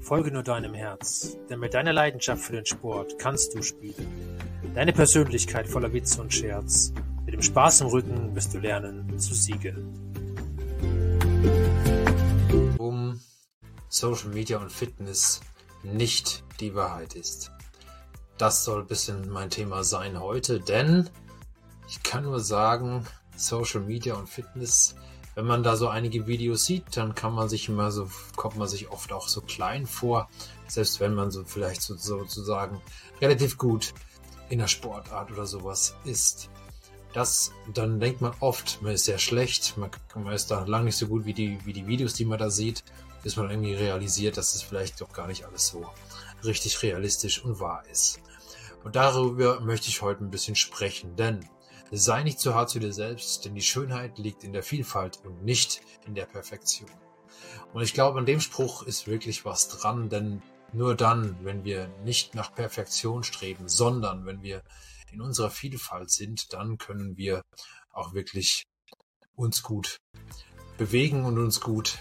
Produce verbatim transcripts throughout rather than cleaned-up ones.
Folge nur deinem Herz, denn mit deiner Leidenschaft für den Sport kannst du spielen. Deine Persönlichkeit voller Witz und Scherz. Mit dem Spaß im Rücken wirst du lernen zu siegen. Um Social Media und Fitness nicht die Wahrheit ist. Das soll ein bisschen mein Thema sein heute, denn ich kann nur sagen, Social Media und Fitness, wenn man da so einige Videos sieht, dann kann man sich immer so, kommt man sich oft auch so klein vor, selbst wenn man so vielleicht so, sozusagen relativ gut in der Sportart oder sowas ist. Das, dann denkt man oft, man ist sehr schlecht, man, man ist da lange nicht so gut wie die, wie die Videos, die man da sieht, bis man irgendwie realisiert, dass es vielleicht doch gar nicht alles so richtig realistisch und wahr ist. Und darüber möchte ich heute ein bisschen sprechen, denn sei nicht zu hart zu dir selbst, denn die Schönheit liegt in der Vielfalt und nicht in der Perfektion. Und ich glaube, an dem Spruch ist wirklich was dran, denn nur dann, wenn wir nicht nach Perfektion streben, sondern wenn wir in unserer Vielfalt sind, dann können wir auch wirklich uns gut bewegen und uns gut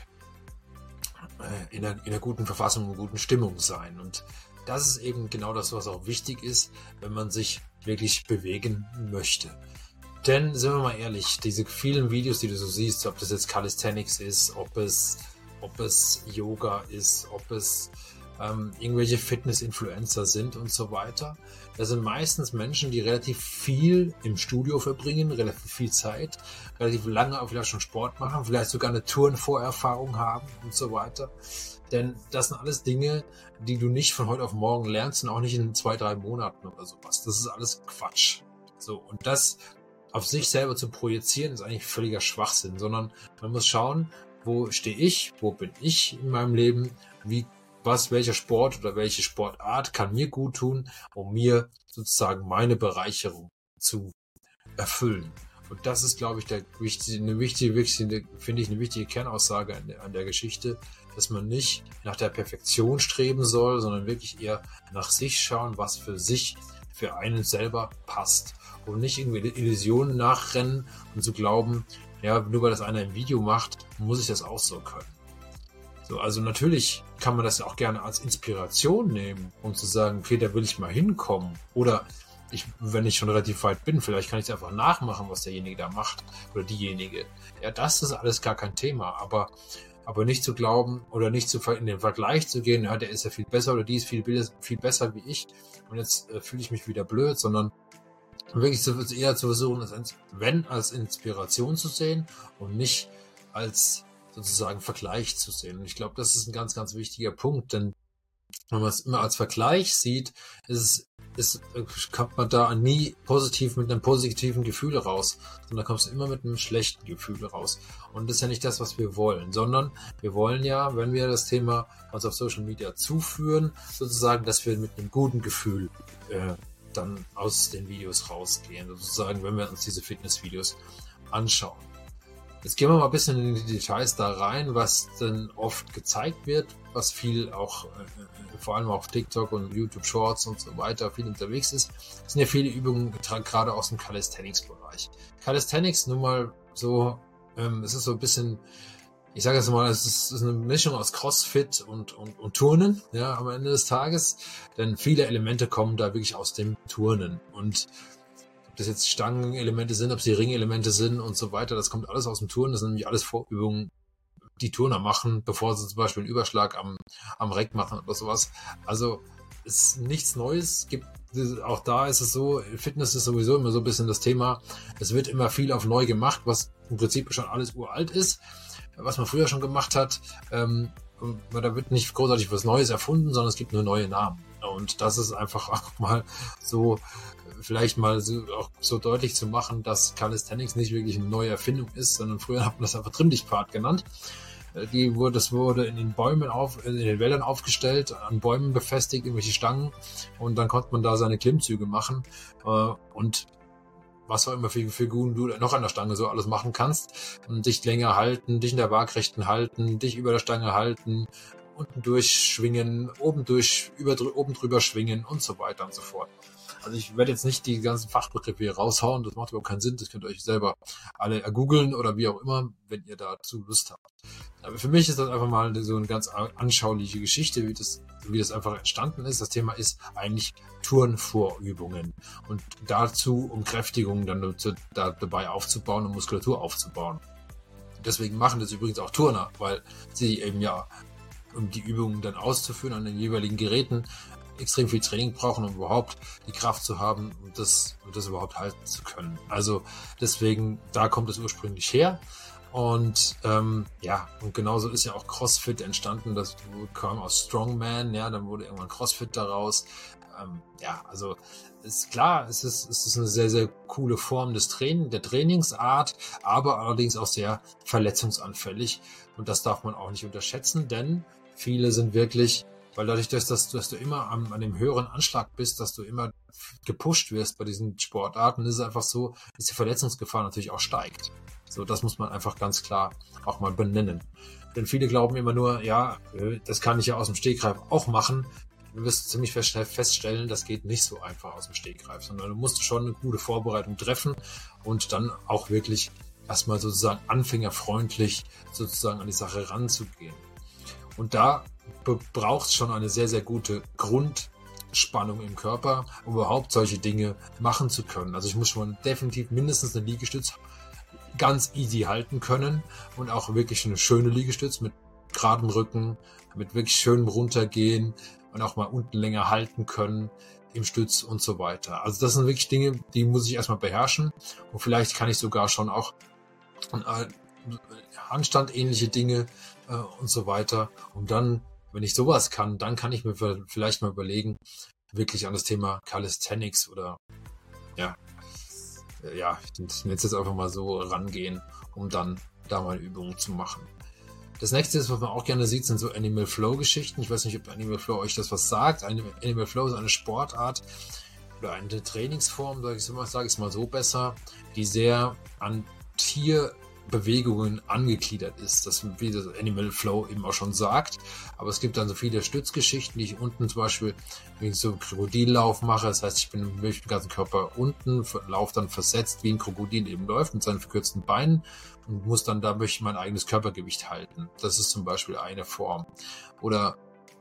äh, in einer, in einer guten Verfassung und guten Stimmung sein. Und das ist eben genau das, was auch wichtig ist, wenn man sich wirklich bewegen möchte. Denn, sind wir mal ehrlich, diese vielen Videos, die du so siehst, ob das jetzt Calisthenics ist, ob es, ob es Yoga ist, ob es ähm, irgendwelche Fitness-Influencer sind und so weiter, das sind meistens Menschen, die relativ viel im Studio verbringen, relativ viel Zeit, relativ lange auch vielleicht schon Sport machen, vielleicht sogar eine Tourenvorerfahrung haben und so weiter. Denn das sind alles Dinge, die du nicht von heute auf morgen lernst und auch nicht in zwei, drei Monaten oder sowas. Das ist alles Quatsch. So, und das auf sich selber zu projizieren, ist eigentlich völliger Schwachsinn, sondern man muss schauen, wo stehe ich, wo bin ich in meinem Leben, wie, was, welcher Sport oder welche Sportart kann mir gut tun, um mir sozusagen meine Bereicherung zu erfüllen. Und das ist, glaube ich, der wichtige, eine wichtige, wichtige, finde ich, eine wichtige Kernaussage an der, an der Geschichte, dass man nicht nach der Perfektion streben soll, sondern wirklich eher nach sich schauen, was für sich, für einen selber passt. Und nicht irgendwie Illusionen nachrennen und zu glauben, ja, nur weil das einer im Video macht, muss ich das auch so können. So, also natürlich kann man das auch gerne als Inspiration nehmen, um zu sagen, okay, da will ich mal hinkommen. Oder ich, wenn ich schon relativ weit bin, vielleicht kann ich es einfach nachmachen, was derjenige da macht oder diejenige. Ja, das ist alles gar kein Thema, aber aber nicht zu glauben oder nicht zu in den Vergleich zu gehen, ja, der ist ja viel besser oder die ist viel, viel besser wie ich und jetzt äh, fühle ich mich wieder blöd, sondern wirklich zu, eher zu versuchen, das wenn als Inspiration zu sehen und nicht als sozusagen Vergleich zu sehen. Und ich glaube, das ist ein ganz, ganz wichtiger Punkt, denn wenn man es immer als Vergleich sieht, ist es, ist, kommt man da nie positiv mit einem positiven Gefühl raus, sondern da kommst du immer mit einem schlechten Gefühl raus. Und das ist ja nicht das, was wir wollen, sondern wir wollen ja, wenn wir das Thema uns auf Social Media zuführen, sozusagen, dass wir mit einem guten Gefühl äh, dann aus den Videos rausgehen, sozusagen, wenn wir uns diese Fitnessvideos anschauen. Jetzt gehen wir mal ein bisschen in die Details da rein, was denn oft gezeigt wird, was viel auch, äh, vor allem auf TikTok und YouTube Shorts und so weiter, viel unterwegs ist. Es sind ja viele Übungen, gerade aus dem Calisthenics-Bereich. Calisthenics, nun mal so, ähm, es ist so ein bisschen, ich sage jetzt mal, es ist, es ist eine Mischung aus CrossFit und, und, und Turnen, ja, am Ende des Tages, denn viele Elemente kommen da wirklich aus dem Turnen und ob das jetzt Stangenelemente sind, ob es die Ringelemente sind und so weiter, das kommt alles aus dem Turnen, das sind nämlich alles Vorübungen, die Turner machen, bevor sie zum Beispiel einen Überschlag am, am Reck machen oder sowas. Also ist nichts Neues, gibt, auch da ist es so, Fitness ist sowieso immer so ein bisschen das Thema, es wird immer viel auf neu gemacht, was im Prinzip schon alles uralt ist, was man früher schon gemacht hat, ähm, da wird nicht großartig was Neues erfunden, sondern es gibt nur neue Namen. Und das ist einfach auch mal so, vielleicht mal so, auch so deutlich zu machen, dass Calisthenics nicht wirklich eine neue Erfindung ist, sondern früher hat man das einfach Trimmdichtpfad genannt. Die wurde, das wurde in den Bäumen auf, in den Wäldern aufgestellt, an Bäumen befestigt, irgendwelche Stangen, und dann konnte man da seine Klimmzüge machen, und was auch immer für Figuren du noch an der Stange so alles machen kannst, und dich länger halten, dich in der Waagrechten halten, dich über der Stange halten, unten durchschwingen, oben durch, über, oben drüber schwingen und so weiter und so fort. Also ich werde jetzt nicht die ganzen Fachbegriffe hier raushauen, das macht überhaupt keinen Sinn, das könnt ihr euch selber alle ergoogeln oder wie auch immer, wenn ihr dazu Lust habt. Aber für mich ist das einfach mal so eine ganz anschauliche Geschichte, wie das, wie das einfach entstanden ist. Das Thema ist eigentlich Turnvorübungen und dazu, um Kräftigungen dann da, dabei aufzubauen und Muskulatur aufzubauen. Deswegen machen das übrigens auch Turner, weil sie eben ja, um die Übungen dann auszuführen an den jeweiligen Geräten, extrem viel Training brauchen, um überhaupt die Kraft zu haben, um das, um das überhaupt halten zu können. Also deswegen, da kommt es ursprünglich her. Und ähm, ja, und genauso ist ja auch CrossFit entstanden. Das kam aus Strongman, ja, dann wurde irgendwann CrossFit daraus. Ähm, ja, also ist klar, es ist, es ist eine sehr, sehr coole Form des Training, der Trainingsart, aber allerdings auch sehr verletzungsanfällig. Und das darf man auch nicht unterschätzen, denn viele sind wirklich, weil dadurch, dass, dass, dass du immer an, an dem höheren Anschlag bist, dass du immer gepusht wirst bei diesen Sportarten, ist es einfach so, dass die Verletzungsgefahr natürlich auch steigt. So, das muss man einfach ganz klar auch mal benennen. Denn viele glauben immer nur, ja, das kann ich ja aus dem Stegreif auch machen. Du wirst ziemlich schnell feststellen, das geht nicht so einfach aus dem Stegreif, sondern du musst schon eine gute Vorbereitung treffen und dann auch wirklich erstmal sozusagen anfängerfreundlich sozusagen an die Sache ranzugehen. Und da braucht es schon eine sehr, sehr gute Grundspannung im Körper, um überhaupt solche Dinge machen zu können. Also ich muss schon definitiv mindestens eine Liegestütz ganz easy halten können und auch wirklich eine schöne Liegestütz mit geradem Rücken, mit wirklich schönem Runtergehen und auch mal unten länger halten können im Stütz und so weiter. Also das sind wirklich Dinge, die muss ich erstmal beherrschen und vielleicht kann ich sogar schon auch äh, handstandähnliche Dinge äh, und so weiter. Und dann, wenn ich sowas kann, dann kann ich mir vielleicht mal überlegen, wirklich an das Thema Calisthenics oder ja, äh, ja, ich nenne es jetzt einfach mal so rangehen, um dann da mal Übungen zu machen. Das nächste ist, was man auch gerne sieht, sind so Animal Flow Geschichten. Ich weiß nicht, ob Animal Flow euch das was sagt. Animal Flow ist eine Sportart oder eine Trainingsform, sage ich mal, sage ich es mal so besser, die sehr an Tierbewegungen angegliedert ist. Das, wie das Animal Flow eben auch schon sagt. Aber es gibt dann so viele Stützgeschichten, die ich unten zum Beispiel wie so einen Krokodilllauf mache. Das heißt, ich bin mit dem ganzen Körper unten, laufe dann versetzt, wie ein Krokodil eben läuft, mit seinen verkürzten Beinen. Und muss dann dadurch mein eigenes Körpergewicht halten. Das ist zum Beispiel eine Form. Oder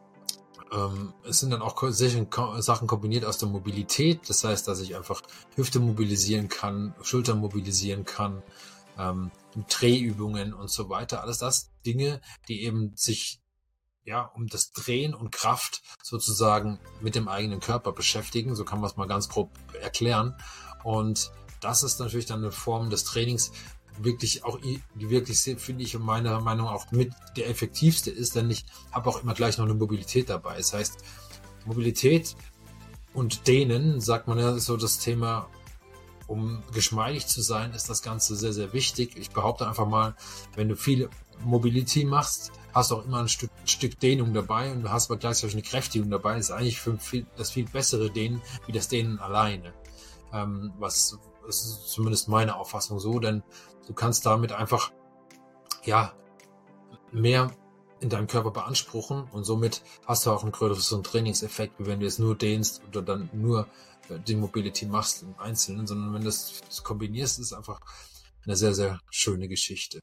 ähm, es sind dann auch Sachen kombiniert aus der Mobilität. Das heißt, dass ich einfach Hüfte mobilisieren kann, Schultern mobilisieren kann, ähm, Drehübungen und so weiter. Alles das Dinge, die eben sich ja um das Drehen und Kraft sozusagen mit dem eigenen Körper beschäftigen. So kann man es mal ganz grob erklären. Und das ist natürlich dann eine Form des Trainings, wirklich auch, die wirklich, finde ich, in meiner Meinung auch mit der effektivste ist, denn ich habe auch immer gleich noch eine Mobilität dabei. Das heißt, Mobilität und Dehnen, sagt man ja, ist so das Thema, um geschmeidig zu sein, ist das Ganze sehr, sehr wichtig. Ich behaupte einfach mal, wenn du viel Mobility machst, hast du auch immer ein Stück, ein Stück Dehnung dabei und du hast aber gleichzeitig eine Kräftigung dabei. Das ist eigentlich für viel, das viel bessere Dehnen wie das Dehnen alleine. Ähm, was das ist zumindest meine Auffassung so, denn du kannst damit einfach ja mehr in deinem Körper beanspruchen und somit hast du auch einen größeren Trainingseffekt, wie wenn du es nur dehnst oder dann nur die Mobility machst im Einzelnen, sondern wenn du das kombinierst, ist es einfach eine sehr, sehr schöne Geschichte.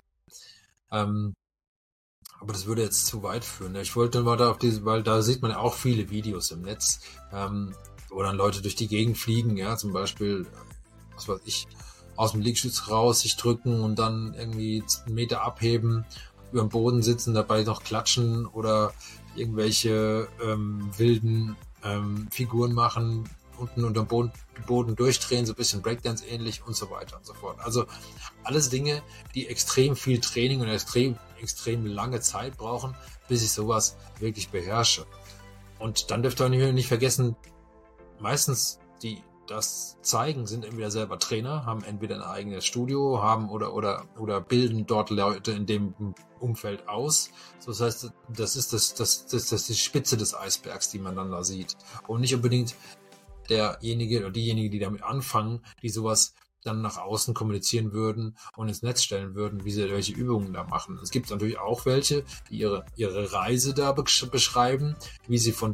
Ähm, aber das würde jetzt zu weit führen. Ich wollte mal da auf diese, weil da sieht man ja auch viele Videos im Netz, ähm, wo dann Leute durch die Gegend fliegen, ja, zum Beispiel was weiß ich, aus dem Liegestütz raus, sich drücken und dann irgendwie einen Meter abheben, über dem Boden sitzen, dabei noch klatschen oder irgendwelche ähm, wilden ähm, Figuren machen, unten unter dem Boden, Boden durchdrehen, so ein bisschen Breakdance ähnlich und so weiter und so fort. Also alles Dinge, die extrem viel Training und extrem, extrem lange Zeit brauchen, bis ich sowas wirklich beherrsche. Und dann dürft ihr auch nicht vergessen, meistens die das zeigen, sind entweder selber Trainer, haben entweder ein eigenes Studio, haben oder oder oder bilden dort Leute in dem Umfeld aus. So, das heißt, das ist das das das das ist die Spitze des Eisbergs, die man dann da sieht, und nicht unbedingt derjenige oder diejenige, die damit anfangen, die sowas dann nach außen kommunizieren würden und ins Netz stellen würden, wie sie welche Übungen da machen. Es gibt natürlich auch welche, die ihre ihre Reise da beschreiben, wie sie von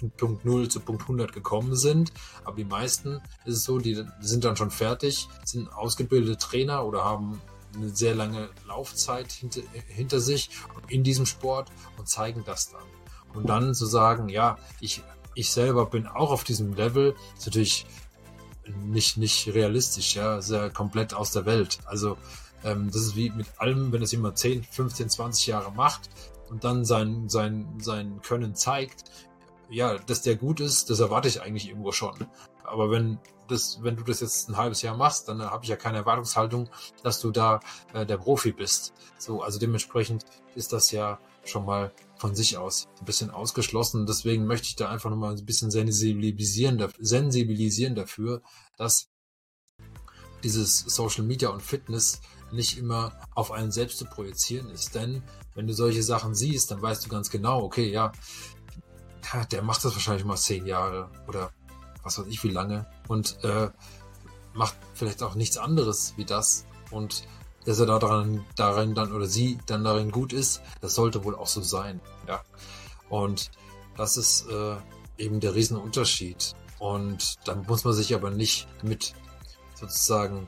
Punkt null zu Punkt hundert gekommen sind. Aber die meisten ist es so, die sind dann schon fertig, sind ausgebildete Trainer oder haben eine sehr lange Laufzeit hinter, hinter sich in diesem Sport und zeigen das dann. Und dann zu sagen, ja, ich, ich selber bin auch auf diesem Level, ist natürlich nicht, nicht realistisch, ja, sehr komplett aus der Welt. Also ähm, das ist wie mit allem, wenn es jemand zehn, fünfzehn, zwanzig Jahre macht und dann sein, sein, sein Können zeigt, ja, dass der gut ist, das erwarte ich eigentlich irgendwo schon. Aber wenn das, wenn du das jetzt ein halbes Jahr machst, dann habe ich ja keine Erwartungshaltung, dass du da äh, der Profi bist. So, also dementsprechend ist das ja schon mal von sich aus ein bisschen ausgeschlossen. Deswegen möchte ich da einfach nochmal ein bisschen sensibilisieren, sensibilisieren dafür, dass dieses Social Media und Fitness nicht immer auf einen selbst zu projizieren ist. Denn wenn du solche Sachen siehst, dann weißt du ganz genau, okay, ja, der macht das wahrscheinlich mal zehn Jahre oder was weiß ich wie lange und äh, macht vielleicht auch nichts anderes wie das und dass er da daran, darin dann oder sie dann darin gut ist, das sollte wohl auch so sein, ja. Und das ist äh, eben der Riesenunterschied und da muss man sich aber nicht mit sozusagen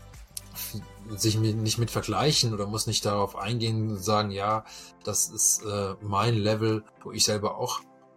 sich nicht mit vergleichen oder muss nicht darauf eingehen und sagen, ja, das ist äh, mein Level, wo ich selber auch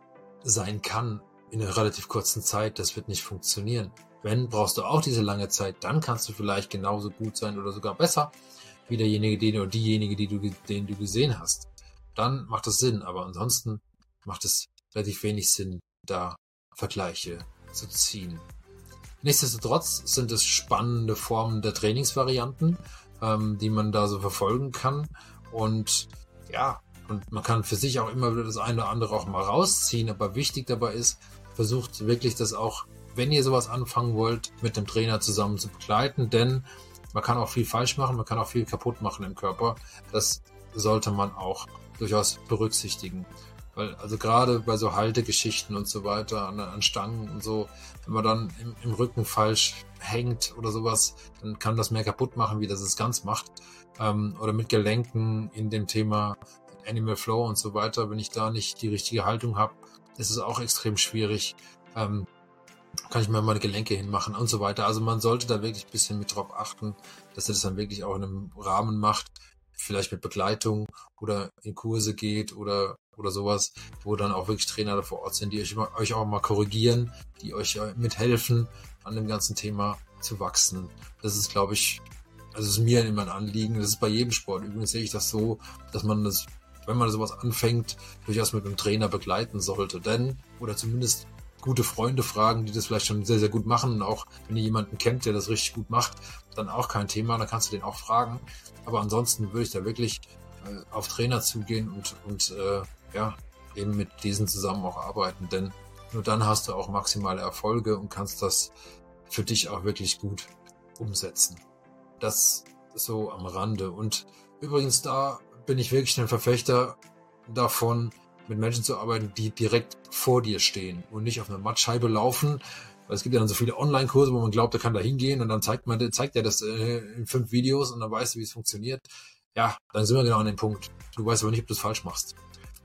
sein kann in einer relativ kurzen Zeit, das wird nicht funktionieren. Wenn, brauchst du auch diese lange Zeit, dann kannst du vielleicht genauso gut sein oder sogar besser wie derjenige, den oder diejenige, die du, den du gesehen hast. Dann macht das Sinn, aber ansonsten macht es relativ wenig Sinn, da Vergleiche zu ziehen. Nichtsdestotrotz sind es spannende Formen der Trainingsvarianten, ähm, die man da so verfolgen kann und ja, und man kann für sich auch immer wieder das eine oder andere auch mal rausziehen, aber wichtig dabei ist, versucht wirklich das auch, wenn ihr sowas anfangen wollt, mit dem Trainer zusammen zu begleiten, denn man kann auch viel falsch machen, man kann auch viel kaputt machen im Körper. Das sollte man auch durchaus berücksichtigen. Weil, also gerade bei so Haltegeschichten und so weiter, an, an Stangen und so, wenn man dann im, im Rücken falsch hängt oder sowas, dann kann das mehr kaputt machen, wie das es ganz macht. Ähm, oder mit Gelenken in dem Thema Animal Flow und so weiter, wenn ich da nicht die richtige Haltung habe, ist es auch extrem schwierig. Ähm, kann ich mir meine Gelenke hinmachen und so weiter. Also man sollte da wirklich ein bisschen mit drauf achten, dass er das dann wirklich auch in einem Rahmen macht, vielleicht mit Begleitung oder in Kurse geht oder oder sowas, wo dann auch wirklich Trainer da vor Ort sind, die euch, euch auch mal korrigieren, die euch mithelfen, an dem ganzen Thema zu wachsen. Das ist, glaube ich, also ist mir immer ein Anliegen. Das ist bei jedem Sport. Übrigens sehe ich das so, dass man das, wenn man sowas anfängt, durchaus mit einem Trainer begleiten sollte. Denn, oder zumindest gute Freunde fragen, die das vielleicht schon sehr, sehr gut machen. Und auch wenn ihr jemanden kennt, der das richtig gut macht, dann auch kein Thema, dann kannst du den auch fragen. Aber ansonsten würde ich da wirklich äh, auf Trainer zugehen und, und äh, ja, eben mit diesen zusammen auch arbeiten. Denn nur dann hast du auch maximale Erfolge und kannst das für dich auch wirklich gut umsetzen. Das so am Rande. Und übrigens, da bin ich wirklich ein Verfechter davon, mit Menschen zu arbeiten, die direkt vor dir stehen und nicht auf einer Mattscheibe laufen. Weil es gibt ja dann so viele Online-Kurse, wo man glaubt, er kann da hingehen und dann zeigt man, zeigt er das äh, in fünf Videos und dann weißt du, wie es funktioniert. Ja, dann sind wir genau an dem Punkt. Du weißt aber nicht, ob du es falsch machst.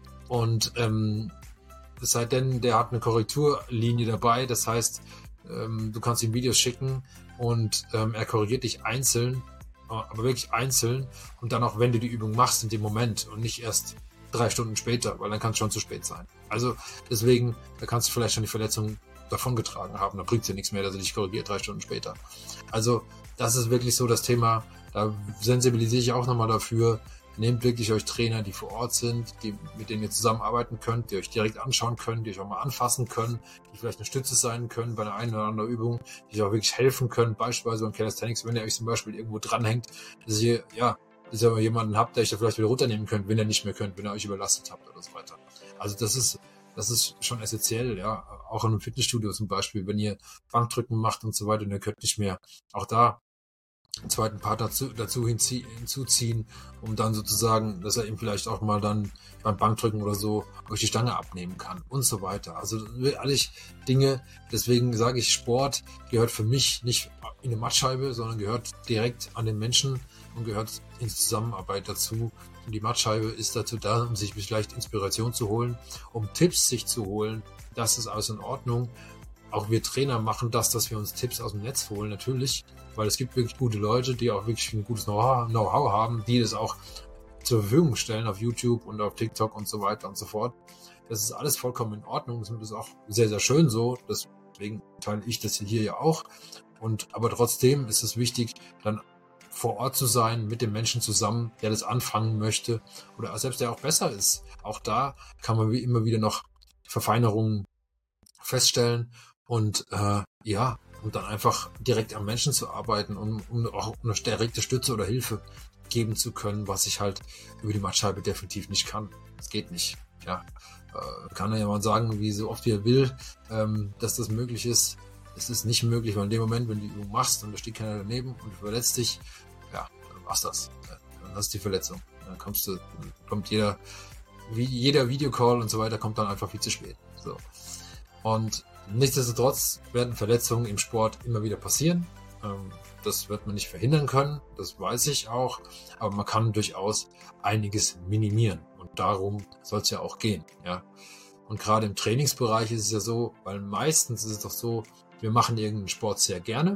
Und ähm, es sei denn, der hat eine Korrekturlinie dabei, das heißt, ähm, du kannst ihm Videos schicken und ähm, er korrigiert dich einzeln, aber wirklich einzeln und dann auch, wenn du die Übung machst in dem Moment und nicht erst drei Stunden später, weil dann kann es schon zu spät sein. Also deswegen, da kannst du vielleicht schon die Verletzung davongetragen haben, da bringt es dir nichts mehr, dass er dich korrigiert drei Stunden später. Also das ist wirklich so das Thema, da sensibilisiere ich auch nochmal dafür, nehmt wirklich euch Trainer, die vor Ort sind, die, mit denen ihr zusammenarbeiten könnt, die euch direkt anschauen können, die euch auch mal anfassen können, die vielleicht eine Stütze sein können bei der einen oder anderen Übung, die euch auch wirklich helfen können, beispielsweise beim Calisthenics, wenn ihr euch zum Beispiel irgendwo dranhängt, dass ihr, ja, dass ihr jemanden habt, der euch da vielleicht wieder runternehmen könnt, wenn ihr nicht mehr könnt, wenn ihr euch überlastet habt oder so weiter. Also das ist, das ist schon essentiell, ja, auch in einem Fitnessstudio zum Beispiel, wenn ihr Bankdrücken macht und so weiter und ihr könnt nicht mehr, auch da einen zweiten Part dazu, dazu hinzie- hinzuziehen, um dann sozusagen, dass er ihm vielleicht auch mal dann beim Bankdrücken oder so euch die Stange abnehmen kann und so weiter. Also alles Dinge, deswegen sage ich, Sport gehört für mich nicht in eine Mattscheibe, sondern gehört direkt an den Menschen und gehört in Zusammenarbeit dazu. Und die Mattscheibe ist dazu da, um sich vielleicht Inspiration zu holen, um Tipps sich zu holen. Das ist alles in Ordnung. Auch wir Trainer machen das, dass wir uns Tipps aus dem Netz holen, natürlich, weil es gibt wirklich gute Leute, die auch wirklich ein gutes Know-how haben, die das auch zur Verfügung stellen auf YouTube und auf TikTok und so weiter und so fort. Das ist alles vollkommen in Ordnung. Das ist auch sehr, sehr schön so. Deswegen teile ich das hier ja auch. Und, aber trotzdem ist es wichtig, dann vor Ort zu sein, mit dem Menschen zusammen, der das anfangen möchte oder selbst der auch besser ist. Auch da kann man wie immer wieder noch Verfeinerungen feststellen und äh, ja, und dann einfach direkt am Menschen zu arbeiten, um, um auch eine direkte Stütze oder Hilfe geben zu können, was ich halt über die Mattscheibe definitiv nicht kann. Das geht nicht. Ja, äh, kann er ja mal sagen, wie so oft wie er will, ähm, dass das möglich ist. Es ist nicht möglich, weil in dem Moment, wenn du die Übung machst und da steht keiner daneben und du verletzt dich, ja, dann machst du das. Dann hast du die Verletzung. Dann kommst du, dann kommt jeder, wie jeder Videocall und so weiter, kommt dann einfach viel zu spät. So. Und nichtsdestotrotz werden Verletzungen im Sport immer wieder passieren. Ähm, das wird man nicht verhindern können, das weiß ich auch, aber man kann durchaus einiges minimieren. Und darum soll es ja auch gehen. Ja. Und gerade im Trainingsbereich ist es ja so, weil meistens ist es doch so, wir machen irgendeinen Sport sehr gerne.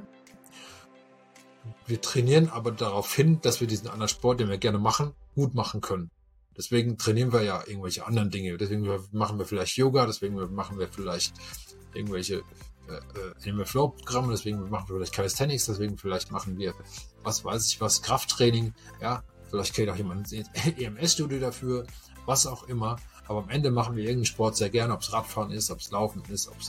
Wir trainieren aber darauf hin, dass wir diesen anderen Sport, den wir gerne machen, gut machen können. Deswegen trainieren wir ja irgendwelche anderen Dinge. Deswegen machen wir vielleicht Yoga, deswegen machen wir vielleicht irgendwelche äh, Animal Flow Programme, deswegen machen wir vielleicht Calisthenics, deswegen vielleicht machen wir, was weiß ich was, Krafttraining, ja, vielleicht kennt auch jemand ein E M S-Studio dafür, was auch immer. Aber am Ende machen wir irgendeinen Sport sehr gerne, ob es Radfahren ist, ob es Laufen ist, ob es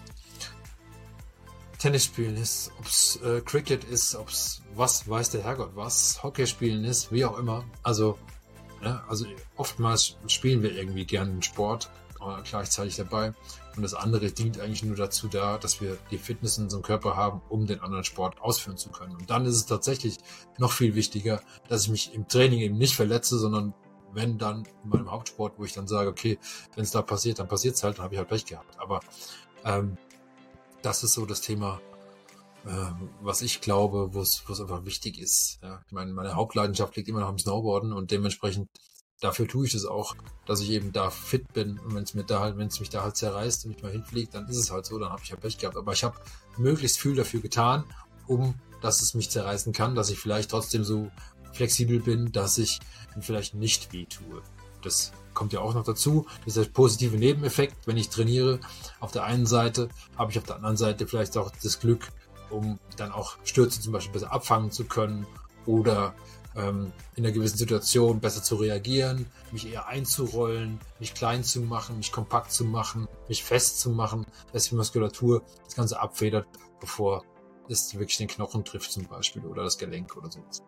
Tennis spielen ist, ob es äh, Cricket ist, ob es was weiß der Herrgott was, Hockey spielen ist, wie auch immer. Also, ja, also oftmals spielen wir irgendwie gerne einen Sport äh, gleichzeitig dabei und das andere dient eigentlich nur dazu da, dass wir die Fitness in unserem Körper haben, um den anderen Sport ausführen zu können. Und dann ist es tatsächlich noch viel wichtiger, dass ich mich im Training eben nicht verletze, sondern wenn dann in meinem Hauptsport, wo ich dann sage, okay, wenn es da passiert, dann passiert es halt, dann habe ich halt Pech gehabt. Aber ähm, das ist so das Thema, äh, was ich glaube, wo es einfach wichtig ist. Ja? Ich meine, meine Hauptleidenschaft liegt immer noch am Snowboarden und dementsprechend dafür tue ich das auch, dass ich eben da fit bin. Und wenn es mir da halt, wenn es mich da halt zerreißt und ich mal hinfliege, dann ist es halt so, dann habe ich halt Pech gehabt. Aber ich habe möglichst viel dafür getan, um dass es mich zerreißen kann, dass ich vielleicht trotzdem so flexibel bin, dass ich vielleicht nicht weh tue. Das kommt ja auch noch dazu. Das ist der positive Nebeneffekt, wenn ich trainiere. Auf der einen Seite habe ich auf der anderen Seite vielleicht auch das Glück, um dann auch Stürze zum Beispiel besser abfangen zu können oder ähm, in einer gewissen Situation besser zu reagieren, mich eher einzurollen, mich klein zu machen, mich kompakt zu machen, mich fest zu machen, dass die Muskulatur das Ganze abfedert, bevor es wirklich den Knochen trifft zum Beispiel oder das Gelenk oder sowas.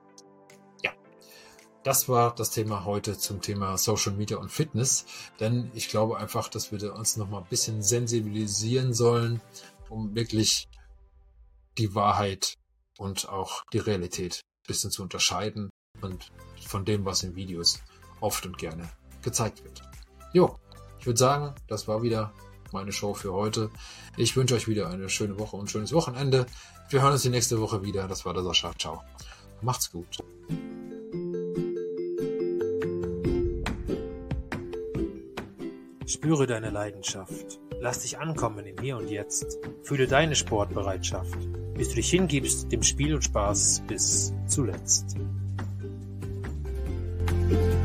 Das war das Thema heute zum Thema Social Media und Fitness, denn ich glaube einfach, dass wir uns noch mal ein bisschen sensibilisieren sollen, um wirklich die Wahrheit und auch die Realität ein bisschen zu unterscheiden und von dem, was in Videos oft und gerne gezeigt wird. Jo, ich würde sagen, das war wieder meine Show für heute. Ich wünsche euch wieder eine schöne Woche und ein schönes Wochenende. Wir hören uns die nächste Woche wieder. Das war der Sascha. Ciao. Macht's gut. Spüre deine Leidenschaft. Lass dich ankommen im Hier und Jetzt. Fühle deine Sportbereitschaft, bis du dich hingibst dem Spiel und Spaß bis zuletzt.